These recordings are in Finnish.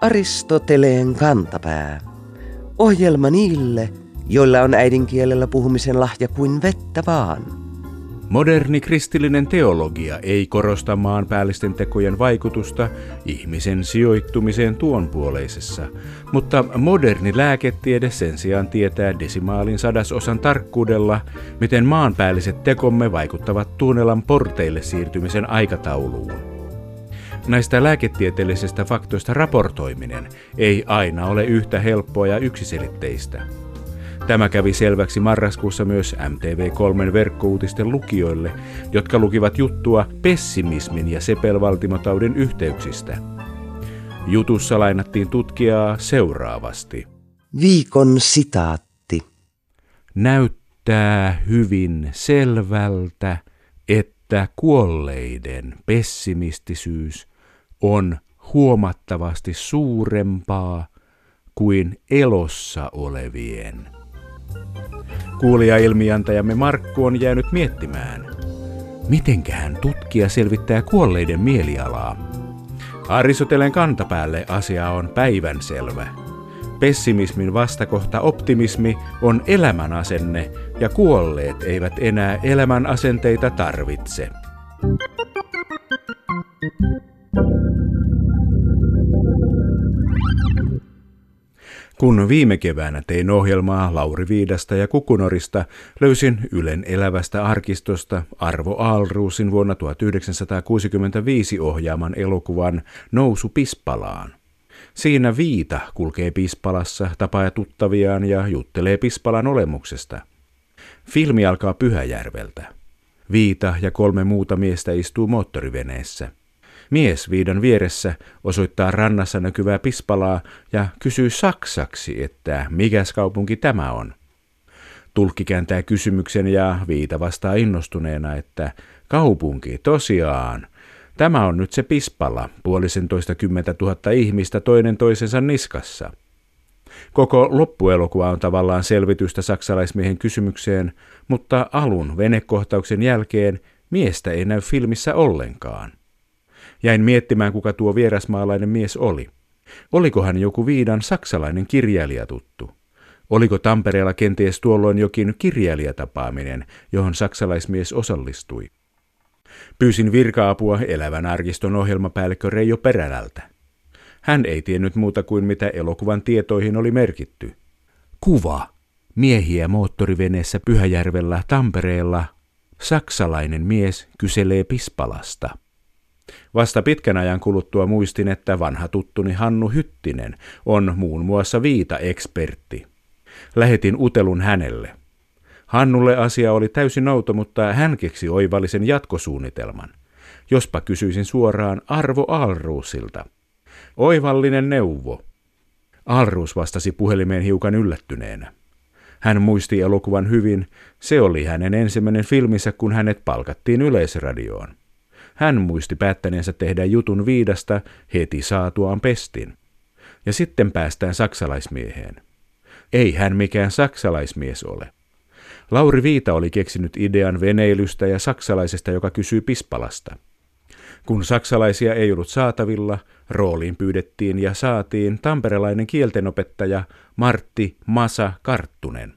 Aristoteleen kantapää. Ohjelma niille, joilla on äidinkielellä puhumisen lahja kuin vettä vaan. Moderni kristillinen teologia ei korosta maanpäällisten tekojen vaikutusta ihmisen sijoittumiseen tuonpuoleisessa, mutta moderni lääketiede sen sijaan tietää desimaalin sadasosan tarkkuudella, miten maanpäälliset tekomme vaikuttavat tuunelan porteille siirtymisen aikatauluun. Näistä lääketieteellisistä faktoista raportoiminen ei aina ole yhtä helppoa ja yksiselitteistä. Tämä kävi selväksi marraskuussa myös MTV3 verkkouutisten lukijoille, jotka lukivat juttua pessimismin ja sepelvaltimotaudin yhteyksistä. Jutussa lainattiin tutkijaa seuraavasti. Viikon sitaatti. Näyttää hyvin selvältä, että kuolleiden pessimistisyys on huomattavasti suurempaa kuin elossa olevien. Kuulija-ilmiantajamme Markku on jäänyt miettimään, mitenköhän tutkija selvittää kuolleiden mielialaa. Aristoteleen kantapäälle asia on päivänselvä. Pessimismin vastakohta optimismi on elämän asenne ja kuolleet eivät enää elämän asenteita tarvitse. Kun viime keväänä tein ohjelmaa Lauri Viidasta ja Kukunorista, löysin Ylen elävästä arkistosta Arvo Aalruusin vuonna 1965 ohjaaman elokuvan Nousu Pispalaan. Siinä Viita kulkee Pispalassa, tapaa tuttaviaan ja juttelee Pispalan olemuksesta. Filmi alkaa Pyhäjärveltä. Viita ja 3 muuta miestä istuu moottoriveneessä. Mies Viidan vieressä osoittaa rannassa näkyvää Pispalaa ja kysyy saksaksi, että mikäs kaupunki tämä on. Tulkki kääntää kysymyksen ja Viita vastaa innostuneena, että kaupunki tosiaan. Tämä on nyt se Pispala, 510 000 ihmistä toinen toisensa niskassa. Koko loppuelokuva on tavallaan selvitystä saksalaismiehen kysymykseen, mutta alun venekohtauksen jälkeen miestä ei näy filmissä ollenkaan. Jäin miettimään, kuka tuo vierasmaalainen mies oli. Oliko hän joku Viidan saksalainen kirjailijatuttu? Oliko Tampereella kenties tuolloin jokin kirjailijatapaaminen, johon saksalaismies osallistui? Pyysin virka-apua elävän arkiston ohjelmapäällikkö Reijo Perälältä. Hän ei tiennyt muuta kuin mitä elokuvan tietoihin oli merkitty. Kuva. Miehiä moottoriveneessä Pyhäjärvellä Tampereella. Saksalainen mies kyselee Pispalasta. Vasta pitkän ajan kuluttua muistin, että vanha tuttuni Hannu Hyttinen on muun muassa Viita-ekspertti. Lähetin utelun hänelle. Hannulle asia oli täysin outo, mutta hän keksi oivallisen jatkosuunnitelman. Jospa kysyisin suoraan Arvo Aalruusilta. Oivallinen neuvo. Aalruus vastasi puhelimeen hiukan yllättyneenä. Hän muisti elokuvan hyvin. Se oli hänen ensimmäinen filminsä, kun hänet palkattiin Yleisradioon. Hän muisti päättäneensä tehdä jutun Viidasta heti saatuaan pestin. Ja sitten päästään saksalaismieheen. Ei hän mikään saksalaismies ole. Lauri Viita oli keksinyt idean veneilystä ja saksalaisesta, joka kysyy Pispalasta. Kun saksalaisia ei ollut saatavilla, rooliin pyydettiin ja saatiin tamperelainen kieltenopettaja Martti Masa Karttunen.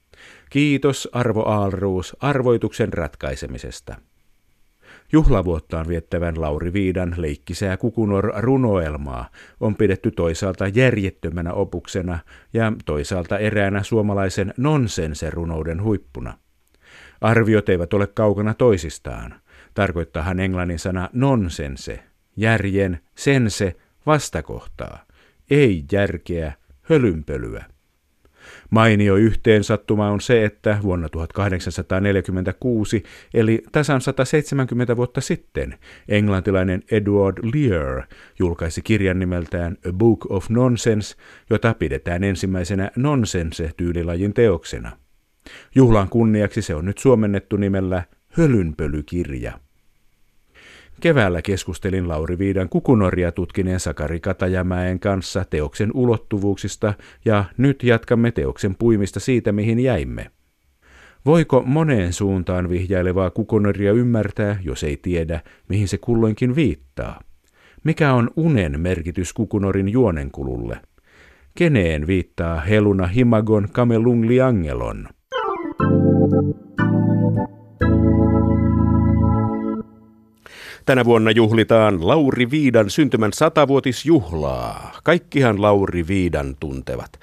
Kiitos Arvo Aalruus arvoituksen ratkaisemisesta. Juhlavuottaan viettävän Lauri Viidan leikkisää Kukunor-runoelmaa on pidetty toisaalta järjettömänä opuksena ja toisaalta eräänä suomalaisen nonsense-runouden huippuna. Arviot eivät ole kaukana toisistaan. Tarkoittaahan englannin sana nonsense, järjen, sense, vastakohtaa, ei järkeä, hölynpölyä. Mainio yhteensattuma on se, että vuonna 1846, eli tasan 170 vuotta sitten, englantilainen Edward Lear julkaisi kirjan nimeltään A Book of Nonsense, jota pidetään ensimmäisenä nonsense-tyylilajin teoksena. Juhlan kunniaksi se on nyt suomennettu nimellä Hölynpölykirja. Keväällä keskustelin Lauri Viidan Kukunoria tutkineen Sakari Katajamäen kanssa teoksen ulottuvuuksista ja nyt jatkamme teoksen puimista siitä, mihin jäimme. Voiko moneen suuntaan vihjailevaa Kukunoria ymmärtää, jos ei tiedä, mihin se kulloinkin viittaa? Mikä on unen merkitys Kukunorin juonenkululle? Keneen viittaa Heluna Himagon Kamelungliangelon? Tänä vuonna juhlitaan Lauri Viidan syntymän 100-vuotisjuhlaa. Kaikkihan Lauri Viidan tuntevat.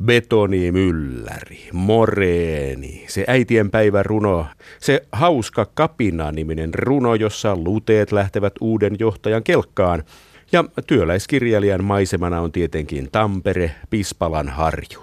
Betonimylläri, Moreeni, se äitienpäivän runo, se Hauska kapina-niminen runo, jossa luteet lähtevät uuden johtajan kelkkaan. Ja työläiskirjailijan maisemana on tietenkin Tampere, Pispalan harju.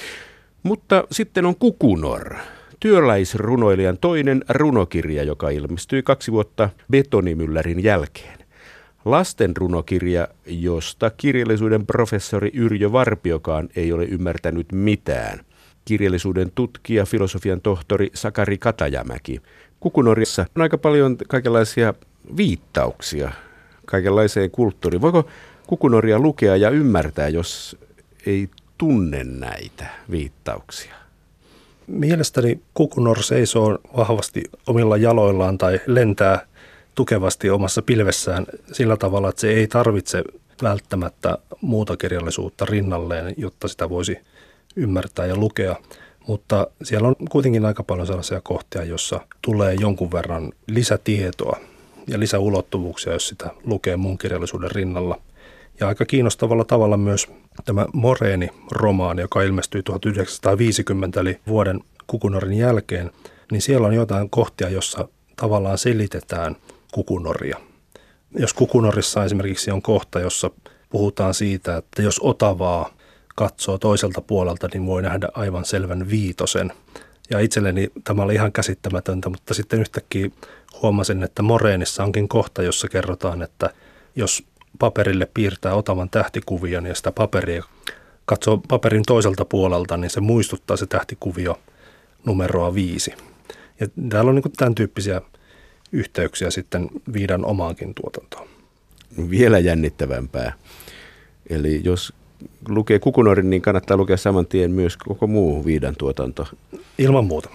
Mutta sitten on Kukunor, työläisrunoilijan toinen runokirja, joka ilmestyi 2 vuotta Betonimyllärin jälkeen. Lasten runokirja, josta kirjallisuuden professori Yrjö Varpiokaan ei ole ymmärtänyt mitään. Kirjallisuuden tutkija, filosofian tohtori Sakari Katajamäki. Kukunorissa on aika paljon kaikenlaisia viittauksia kaikenlaiseen kulttuuriin. Voiko Kukunoria lukea ja ymmärtää, jos ei tunne näitä viittauksia? Mielestäni Kukunor seisoo vahvasti omilla jaloillaan tai lentää tukevasti omassa pilvessään sillä tavalla, että se ei tarvitse välttämättä muuta kirjallisuutta rinnalleen, jotta sitä voisi ymmärtää ja lukea. Mutta siellä on kuitenkin aika paljon sellaisia kohtia, jossa tulee jonkun verran lisätietoa ja lisäulottuvuuksia, jos sitä lukee muun kirjallisuuden rinnalla. Ja aika kiinnostavalla tavalla myös tämä Moreeni-romaani, joka ilmestyi 1950, eli vuoden Kukunorin jälkeen, niin siellä on jotain kohtia, jossa tavallaan selitetään Kukunoria. Jos Kukunorissa esimerkiksi on kohta, jossa puhutaan siitä, että jos Otavaa katsoo toiselta puolelta, niin voi nähdä aivan selvän viitosen. Ja itselleni tämä oli ihan käsittämätöntä, mutta sitten yhtäkkiä huomasin, että Moreenissa onkin kohta, jossa kerrotaan, että jos paperille piirtää Otavan tähtikuvion ja sitä paperia katsoo paperin toiselta puolelta, niin se muistuttaa se tähtikuvio numeroa 5. Ja täällä on niin kuin tämän tyyppisiä yhteyksiä sitten Viidan omaankin tuotantoon. Vielä jännittävämpää. Eli jos lukee Kukunorin, niin kannattaa lukea saman tien myös koko muu Viidan tuotanto. Ilman muuta.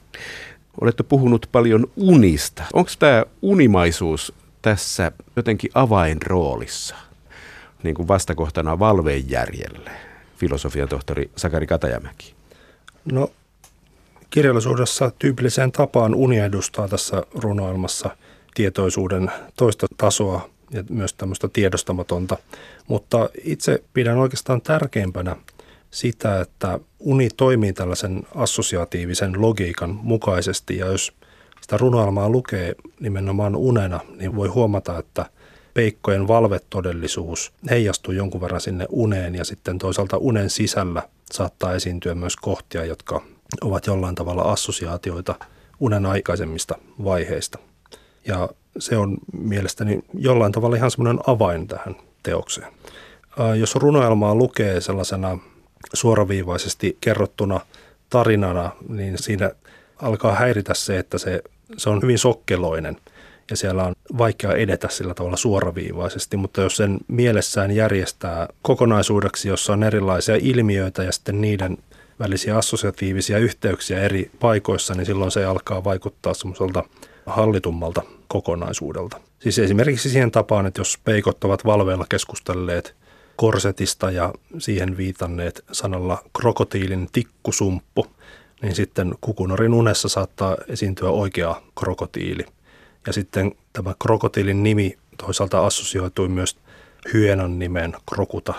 Olette puhunut paljon unista. Onko tämä unimaisuus tässä jotenkin avainroolissa, niin kuin vastakohtana valvejärjelle, filosofian tohtori Sakari Katajamäki? No, kirjallisuudessa tyypilliseen tapaan uni edustaa tässä runoilmassa tietoisuuden toista tasoa ja myös tämmöistä tiedostamatonta, mutta itse pidän oikeastaan tärkeimpänä sitä, että uni toimii tällaisen assosiatiivisen logiikan mukaisesti, ja jos sitä runoilmaa lukee nimenomaan unena, niin voi huomata, että peikkojen valvetodellisuus heijastuu jonkun verran sinne uneen, ja sitten toisaalta unen sisällä saattaa esiintyä myös kohtia, jotka ovat jollain tavalla assosiaatioita unen aikaisemmista vaiheista. Ja se on mielestäni jollain tavalla ihan semmoinen avain tähän teokseen. Jos runoilmaa lukee sellaisena suoraviivaisesti kerrottuna tarinana, niin siinä alkaa häiritä se, että se on hyvin sokkeloinen ja siellä on vaikea edetä sillä tavalla suoraviivaisesti, mutta jos sen mielessään järjestää kokonaisuudeksi, jossa on erilaisia ilmiöitä ja sitten niiden välisiä assosiatiivisia yhteyksiä eri paikoissa, niin silloin se alkaa vaikuttaa semmoiselta hallitummalta kokonaisuudelta. Siis esimerkiksi siihen tapaan, että jos peikot ovat valveilla keskustelleet korsetista ja siihen viitanneet sanalla krokotiilin tikkusumppu, niin sitten Kukunorin unessa saattaa esiintyä oikea krokotiili. Ja sitten tämä krokotiilin nimi toisaalta assosioitui myös hyenan nimeen krokuta.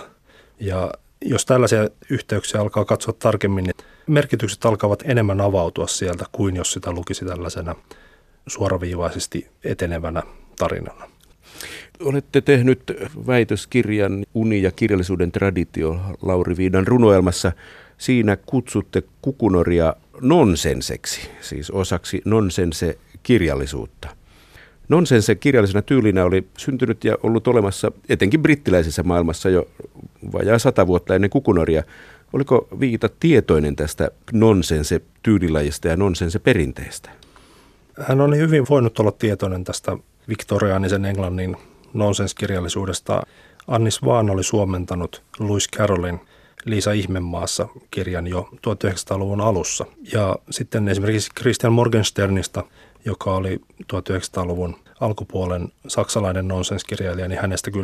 Ja jos tällaisia yhteyksiä alkaa katsoa tarkemmin, niin merkitykset alkavat enemmän avautua sieltä kuin jos sitä lukisi tällaisena suoraviivaisesti etenevänä tarinana. Olette tehnyt väitöskirjan Uni ja kirjallisuuden traditio Lauri Viidan runoelmassa. Siinä kutsutte Kukunoria nonsenseksi, siis osaksi nonsense-kirjallisuutta. Nonsense kirjallisena tyylinä oli syntynyt ja ollut olemassa etenkin brittiläisessä maailmassa jo vajaa 100 vuotta ennen Kukunoria. Oliko Viita tietoinen tästä nonsense-tyylilajista ja nonsense-perinteestä? Hän on hyvin voinut olla tietoinen tästä viktoriaanisen Englannin nonsense-kirjallisuudesta. Annis Vaan oli suomentanut Lewis Carrollin Liisa Ihmemaassa -kirjan jo 1900-luvun alussa. Ja sitten esimerkiksi Christian Morgensternista, joka oli 1900-luvun alkupuolen saksalainen nonsenskirjailija, niin hänestä kyllä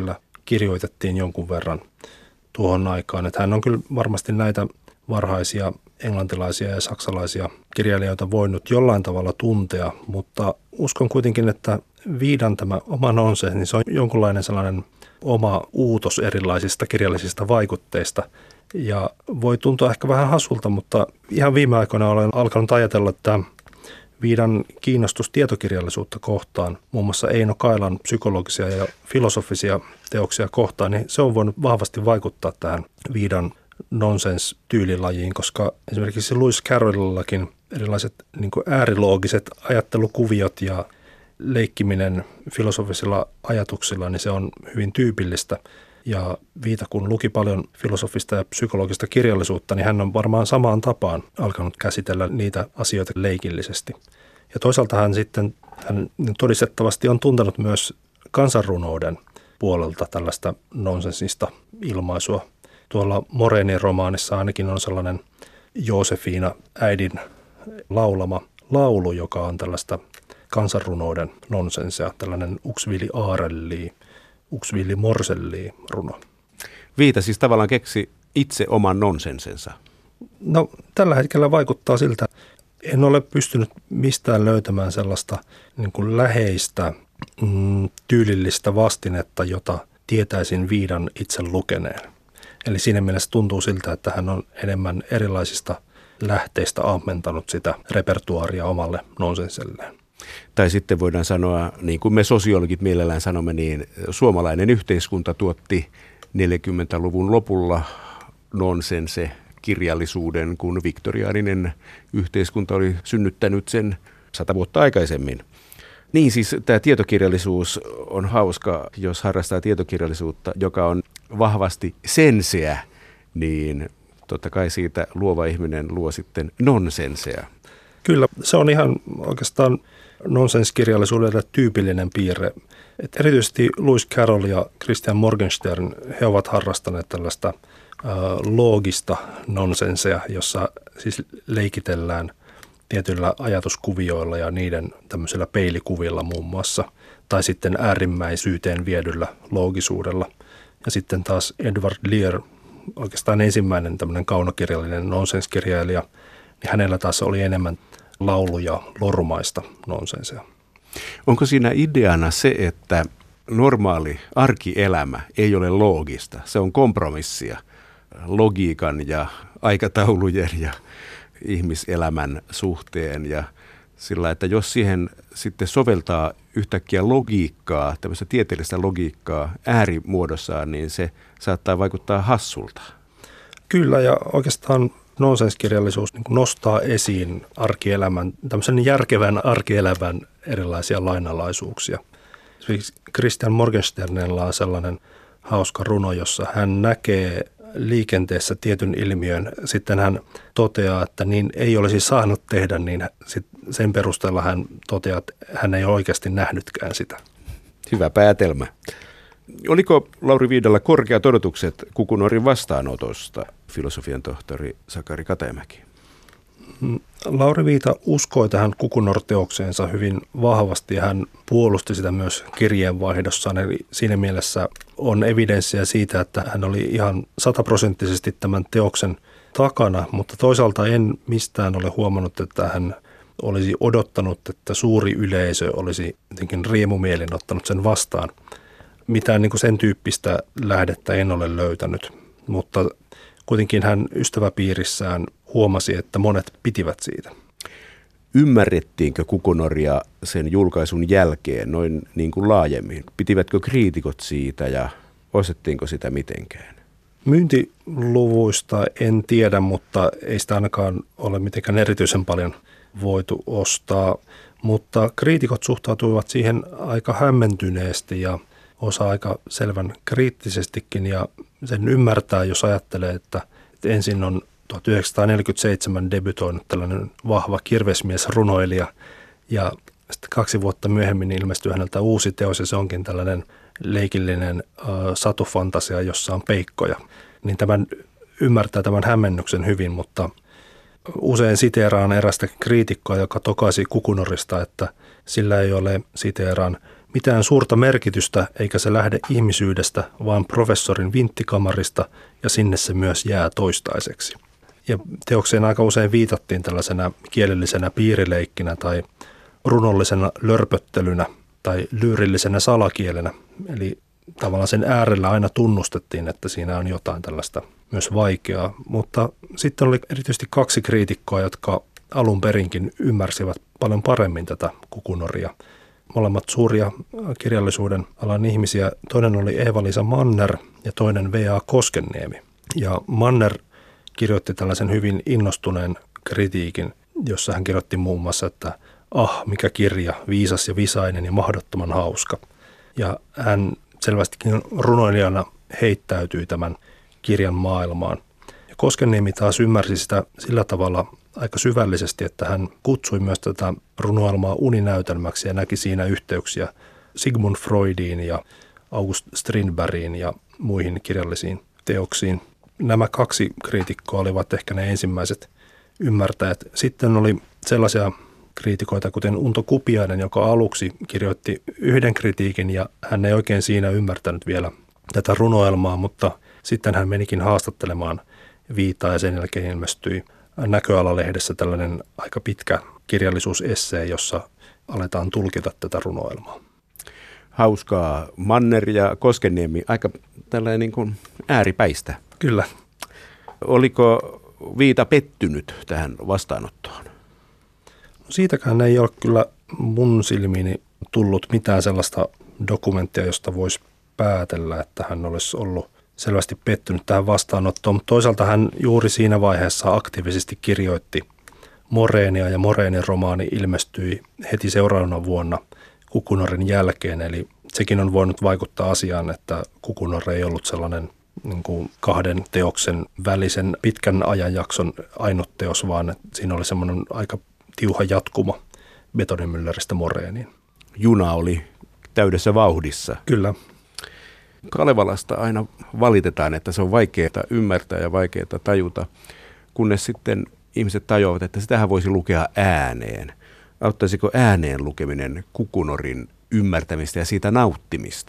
kirjoitettiin jonkun verran tuohon aikaan. Että hän on kyllä varmasti näitä varhaisia englantilaisia ja saksalaisia kirjailijoita voinut jollain tavalla tuntea, mutta uskon kuitenkin, että Viidan tämä oma nonsens, niin se on jonkunlainen sellainen oma uutos erilaisista kirjallisista vaikutteista. Ja voi tuntua ehkä vähän hassulta, mutta ihan viime aikoina olen alkanut ajatella, että Viidan kiinnostus tietokirjallisuutta kohtaan, muun muassa Eino Kailan psykologisia ja filosofisia teoksia kohtaan, niin se on voinut vahvasti vaikuttaa tähän Viidan nonsens-tyylilajiin, koska esimerkiksi Lewis Carrollillakin erilaiset niin kuin ääriloogiset ajattelukuviot ja leikkiminen filosofisilla ajatuksilla, niin se on hyvin tyypillistä. Ja Viita, kun luki paljon filosofista ja psykologista kirjallisuutta, niin hän on varmaan samaan tapaan alkanut käsitellä niitä asioita leikillisesti. Ja toisaalta hän todistettavasti on tuntenut myös kansanrunouden puolelta tällaista nonsensista ilmaisua. Tuolla Morenin romaanissa ainakin on sellainen Joosefina äidin laulama laulu, joka on tällaista kansanrunouden nonsensia, tällainen Uxvili Aarelli, Uxvili Morselli runo. Viita siis tavallaan keksi itse oman nonsensensa. No tällä hetkellä vaikuttaa siltä, en ole pystynyt mistään löytämään sellaista niin kuin läheistä tyylillistä vastinetta, jota tietäisin Viidan itse lukeneen. Eli siinä mielessä tuntuu siltä, että hän on enemmän erilaisista lähteistä ammentanut sitä repertuaaria omalle nonsenselleen. Tai sitten voidaan sanoa, niin kuin me sosiologit mielellään sanomme, niin suomalainen yhteiskunta tuotti 40-luvun lopulla nonsense-kirjallisuuden, kun viktoriaaninen yhteiskunta oli synnyttänyt sen 100 vuotta aikaisemmin. Niin siis tämä tietokirjallisuus on hauska, jos harrastaa tietokirjallisuutta, joka on vahvasti senseä, niin totta kai siitä luova ihminen luo sitten nonsenseä. Kyllä, se on ihan oikeastaan nonsenskirjallisuudelle tyypillinen piirre. Et erityisesti Lewis Carroll ja Christian Morgenstern, he ovat harrastaneet tällaista loogista nonsensea, jossa siis leikitellään tietyillä ajatuskuvioilla ja niiden tämmöisillä peilikuvilla muun muassa, tai sitten äärimmäisyyteen viedyllä loogisuudella. Ja sitten taas Edward Lear, oikeastaan ensimmäinen tämmöinen kaunokirjallinen nonsenskirjailija, niin hänellä taas oli enemmän laulu- ja lorumaista nonsensea. Onko siinä ideana se, että normaali arkielämä ei ole loogista? Se on kompromissia logiikan ja aikataulujen ja ihmiselämän suhteen ja sillä, että jos siihen sitten soveltaa yhtäkkiä logiikkaa, tämmöistä tieteellistä logiikkaa äärimuodossaan, niin se saattaa vaikuttaa hassulta. Kyllä, ja oikeastaan nonsenskirjallisuus niin nostaa esiin arkielämän, tämmöisen järkevän arkielämän erilaisia lainalaisuuksia. Esimerkiksi Christian Morgensternella on sellainen hauska runo, jossa hän näkee liikenteessä tietyn ilmiön. Sitten hän toteaa, että niin ei olisi saanut tehdä, niin sen perusteella hän toteaa, että hän ei oikeasti nähnytkään sitä. Hyvä päätelmä. Oliko Lauri Viidalla korkeat odotukset Kukunorin vastaanotosta, filosofian tohtori Sakari Katajamäki? Lauri Viita uskoi tähän Kukunor-teokseensa hyvin vahvasti ja hän puolusti sitä myös kirjeenvaihdossaan. Eli siinä mielessä on evidenssiä siitä, että hän oli ihan 100% tämän teoksen takana, mutta toisaalta en mistään ole huomannut, että hän olisi odottanut, että suuri yleisö olisi jotenkin riemumielin ottanut sen vastaan. Mitään niin kuin sen tyyppistä lähdettä en ole löytänyt, mutta kuitenkin hän ystäväpiirissään huomasi, että monet pitivät siitä. Ymmärrettiinkö Kukunoria sen julkaisun jälkeen noin niin kuin laajemmin? Pitivätkö kriitikot siitä ja ostettiinko sitä mitenkään? Myyntiluvuista en tiedä, mutta ei sitä ainakaan ole mitenkään erityisen paljon voitu ostaa. Mutta kriitikot suhtautuivat siihen aika hämmentyneesti ja osa aika selvän kriittisestikin. Ja sen ymmärtää, jos ajattelee, että ensin on 1947 debytoinut tällainen vahva kirvesmiesrunoilija ja sitten 2 vuotta myöhemmin ilmestyy häneltä uusi teos ja se onkin tällainen leikillinen satufantasia, jossa on peikkoja. Niin tämän ymmärtää tämän hämmennyksen hyvin, mutta usein siteeraan erästä kriitikkoa, joka tokaisi Kukunorista, että sillä ei ole, siteeraan, mitään suurta merkitystä eikä se lähde ihmisyydestä, vaan professorin vinttikamarista ja sinne se myös jää toistaiseksi. Ja teokseen aika usein viitattiin tällaisena kielellisenä piirileikkinä tai runollisena lörpöttelynä tai lyyrillisenä salakielenä. Eli tavallaan sen äärellä aina tunnustettiin, että siinä on jotain tällaista myös vaikeaa. Mutta sitten oli erityisesti 2 kriitikkoa, jotka alun perinkin ymmärsivät paljon paremmin tätä Kukunoria. Molemmat suuria kirjallisuuden alan ihmisiä. Toinen oli Eeva-Liisa Manner ja toinen V.A. Koskenniemi. Ja Manner kirjoitti tällaisen hyvin innostuneen kritiikin, jossa hän kirjoitti muun muassa, että mikä kirja, viisas ja visainen ja mahdottoman hauska. Ja hän selvästikin runoilijana heittäytyi tämän kirjan maailmaan. Ja Koskenniemi taas ymmärsi sitä sillä tavalla aika syvällisesti, että hän kutsui myös tätä runoilmaa uninäytelmäksi ja näki siinä yhteyksiä Sigmund Freudiin ja August Strindbergiin ja muihin kirjallisiin teoksiin. Nämä 2 kriitikkoa olivat ehkä ne ensimmäiset ymmärtäjät. Sitten oli sellaisia kriitikoita, kuten Unto Kupiainen, joka aluksi kirjoitti yhden kritiikin ja hän ei oikein siinä ymmärtänyt vielä tätä runoelmaa, mutta sitten hän menikin haastattelemaan Viitaa ja sen jälkeen ilmestyi Näköala-lehdessä tällainen aika pitkä kirjallisuusessee, jossa aletaan tulkita tätä runoelmaa. Hauskaa. Manner ja Koskenniemi, aika tällainen niin kuin ääripäistä. Kyllä. Oliko Viita pettynyt tähän vastaanottoon? Siitäkään ei ole kyllä mun silmiini tullut mitään sellaista dokumenttia, josta voisi päätellä, että hän olisi ollut selvästi pettynyt tähän vastaanottoon. Mutta toisaalta hän juuri siinä vaiheessa aktiivisesti kirjoitti Moreenia ja Moreenin romaani ilmestyi heti seuraavana vuonna Kukunorin jälkeen. Eli sekin on voinut vaikuttaa asiaan, että Kukunor ei ollut sellainen niin kuin 2 teoksen välisen pitkän ajanjakson ainut teos, vaan siinä oli semmoinen aika tiuha jatkuma Betonimülleristä Moreeniin. Juna oli täydessä vauhdissa. Kyllä. Kalevalasta aina valitetaan, että se on vaikeaa ymmärtää ja vaikeaa tajuta, kunnes sitten ihmiset tajuavat, että sitähän voisi lukea ääneen. Auttaisiko ääneen lukeminen Kukunorin ymmärtämistä ja siitä nauttimista?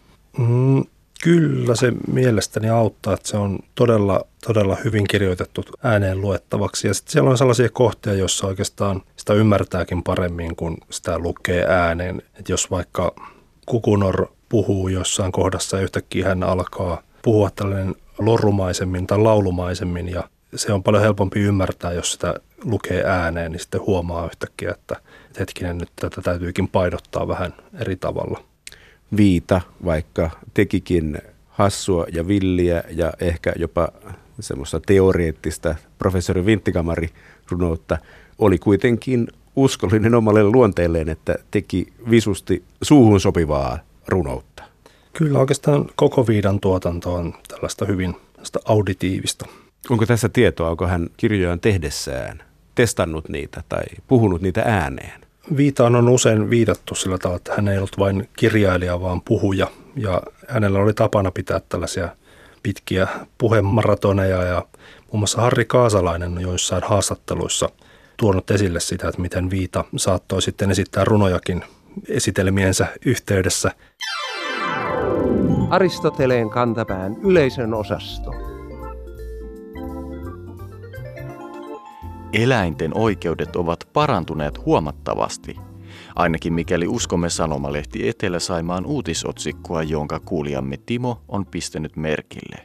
Kyllä se mielestäni auttaa, että se on todella hyvin kirjoitettu ääneen luettavaksi. Ja sitten siellä on sellaisia kohtia, joissa oikeastaan sitä ymmärtääkin paremmin, kun sitä lukee ääneen. Että jos vaikka Kukunor puhuu jossain kohdassa ja yhtäkkiä hän alkaa puhua tällainen lorumaisemmin tai laulumaisemmin ja se on paljon helpompi ymmärtää, jos sitä lukee ääneen, niin sitten huomaa yhtäkkiä, että hetkinen, nyt tätä täytyykin painottaa vähän eri tavalla. Viita, vaikka tekikin hassua ja villiä ja ehkä jopa semmoista teoreettista professori Vinttikamari-runoutta, oli kuitenkin uskollinen omalle luonteelleen, että teki visusti suuhun sopivaa runoutta. Kyllä oikeastaan koko Viidan tuotanto on tällaista hyvin auditiivista. Onko tässä tietoa, onko hän kirjojaan tehdessään testannut niitä tai puhunut niitä ääneen? Viitaan on usein viitattu sillä tavalla, että hän ei ollut vain kirjailija, vaan puhuja. Ja hänellä oli tapana pitää tällaisia pitkiä puhemaratoneja ja muun muassa Harri Kaasalainen on joissain haastatteluissa tuonut esille sitä, että miten Viita saattoi sitten esittää runojakin esitelmiensä yhteydessä. Aristoteleen kantapään yleisön osasto. Eläinten oikeudet ovat parantuneet huomattavasti, ainakin mikäli uskomme sanomalehti Etelä-Saimaan uutisotsikkoa, jonka kuulijamme Timo on pistänyt merkille.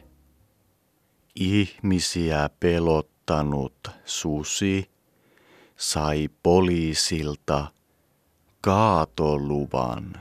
Ihmisiä pelottanut susi sai poliisilta kaatoluvan.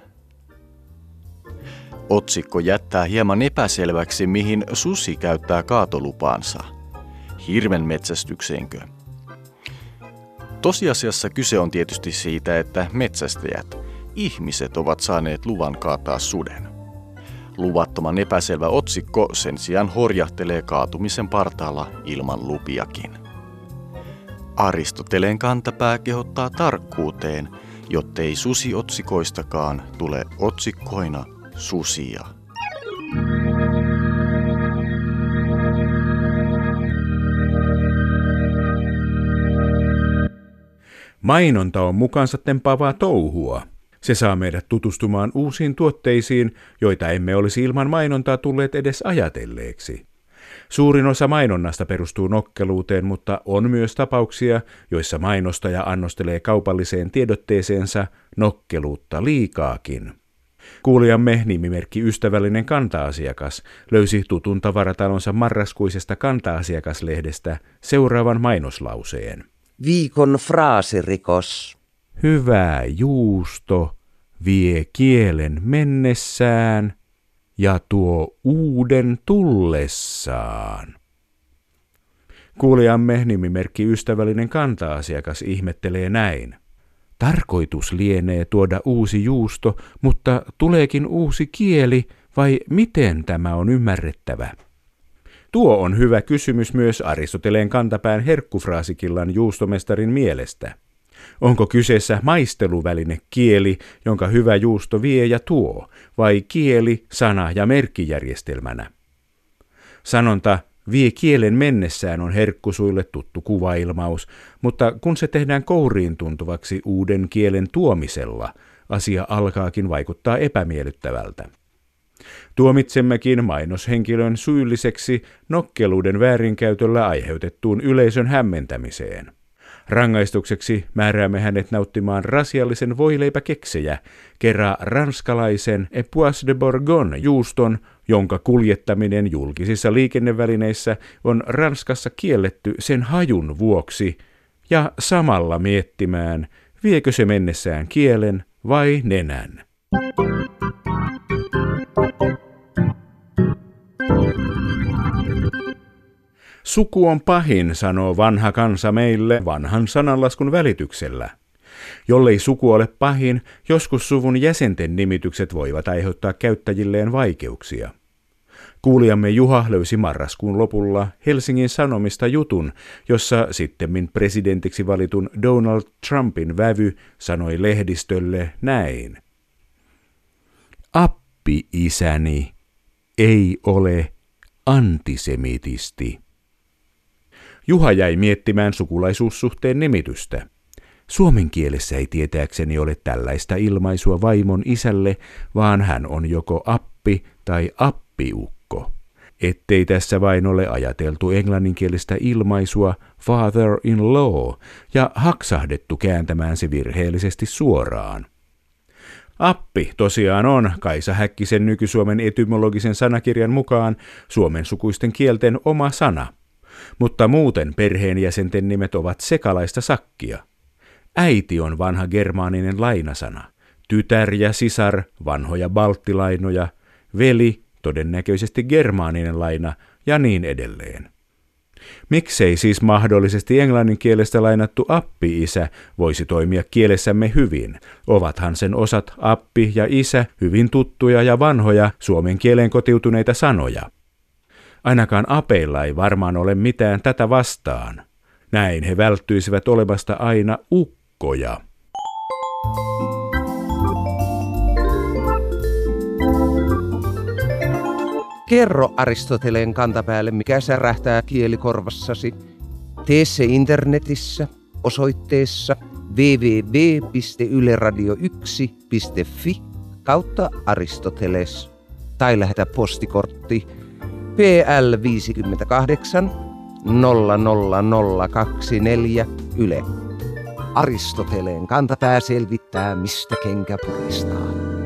Otsikko jättää hieman epäselväksi, mihin susi käyttää kaatolupaansa. Hirvenmetsästykseenkö? Tosiasiassa kyse on tietysti siitä, että metsästäjät, ihmiset ovat saaneet luvan kaataa suden. Luvattoman epäselvä otsikko sen sijaan horjahtelee kaatumisen partaalla ilman lupiakin. Aristoteleen kantapää kehottaa tarkkuuteen, jottei susiotsikoistakaan tule otsikkoina susia. Mainonta on mukaansa tempaavaa touhua. Se saa meidät tutustumaan uusiin tuotteisiin, joita emme olisi ilman mainontaa tulleet edes ajatelleeksi. Suurin osa mainonnasta perustuu nokkeluuteen, mutta on myös tapauksia, joissa mainostaja annostelee kaupalliseen tiedotteeseensa nokkeluutta liikaakin. Kuulijamme nimimerkki Ystävällinen kanta-asiakas löysi tutun tavaratalonsa marraskuisesta kanta-asiakaslehdestä seuraavan mainoslauseen. Viikon fraasirikos. Hyvä juusto vie kielen mennessään ja tuo uuden tullessaan. Kuulijamme nimimerkki Ystävällinen kanta-asiakas ihmettelee näin. Tarkoitus lienee tuoda uusi juusto, mutta tuleekin uusi kieli, vai miten tämä on ymmärrettävä? Tuo on hyvä kysymys myös Aristoteleen kantapään herkkufraasikillan juustomestarin mielestä. Onko kyseessä maisteluväline kieli, jonka hyvä juusto vie ja tuo, vai kieli, sana ja merkkijärjestelmänä? Sanonta vie kielen mennessään on herkkusuille tuttu kuvailmaus, mutta kun se tehdään kouriin tuntuvaksi uuden kielen tuomisella, asia alkaakin vaikuttaa epämiellyttävältä. Tuomitsemmekin mainoshenkilön syylliseksi nokkeluuden väärinkäytöllä aiheutettuun yleisön hämmentämiseen. Rangaistukseksi määräämme hänet nauttimaan rasiallisen voileipäkeksejä, kerran ranskalaisen Epoisse de Bourgogne juuston, jonka kuljettaminen julkisissa liikennevälineissä on Ranskassa kielletty sen hajun vuoksi, ja samalla miettimään, viekö se mennessään kielen vai nenän. Suku on pahin, sanoo vanha kansa meille vanhan sananlaskun välityksellä. Jollei suku ole pahin, joskus suvun jäsenten nimitykset voivat aiheuttaa käyttäjilleen vaikeuksia. Kuulijamme Juha löysi marraskuun lopulla Helsingin Sanomista jutun, jossa sittemmin presidentiksi valitun Donald Trumpin vävy sanoi lehdistölle näin. Appi-isäni ei ole antisemitisti. Juha jäi miettimään sukulaisuussuhteen nimitystä. Suomen kielessä ei tietääkseni ole tällaista ilmaisua vaimon isälle, vaan hän on joko appi tai appiukko. Ettei tässä vain ole ajateltu englanninkielistä ilmaisua father-in-law ja haksahdettu kääntämään se virheellisesti suoraan. Appi tosiaan on Kaisa Häkkisen Nyky-Suomen etymologisen sanakirjan mukaan suomensukuisten kielten oma sana. Mutta muuten perheenjäsenten nimet ovat sekalaista sakkia. Äiti on vanha germaaninen lainasana, tytär ja sisar vanhoja balttilainoja, veli todennäköisesti germaaninen laina ja niin edelleen. Miksei siis mahdollisesti englanninkielestä lainattu appi-isä voisi toimia kielessämme hyvin? Ovathan sen osat appi ja isä hyvin tuttuja ja vanhoja suomen kieleen kotiutuneita sanoja. Ainakaan apeilla ei varmaan ole mitään tätä vastaan. Näin he välttyisivät olemasta aina ukkoja. Kerro Aristoteleen kantapäälle, mikä särähtää kielikorvassasi. Tee se internetissä osoitteessa www.yleradio1.fi/Aristoteles tai lähetä postikortti PL 58 00024 Yle. Aristoteleen kantapää selvittää, mistä kenkä puristaa.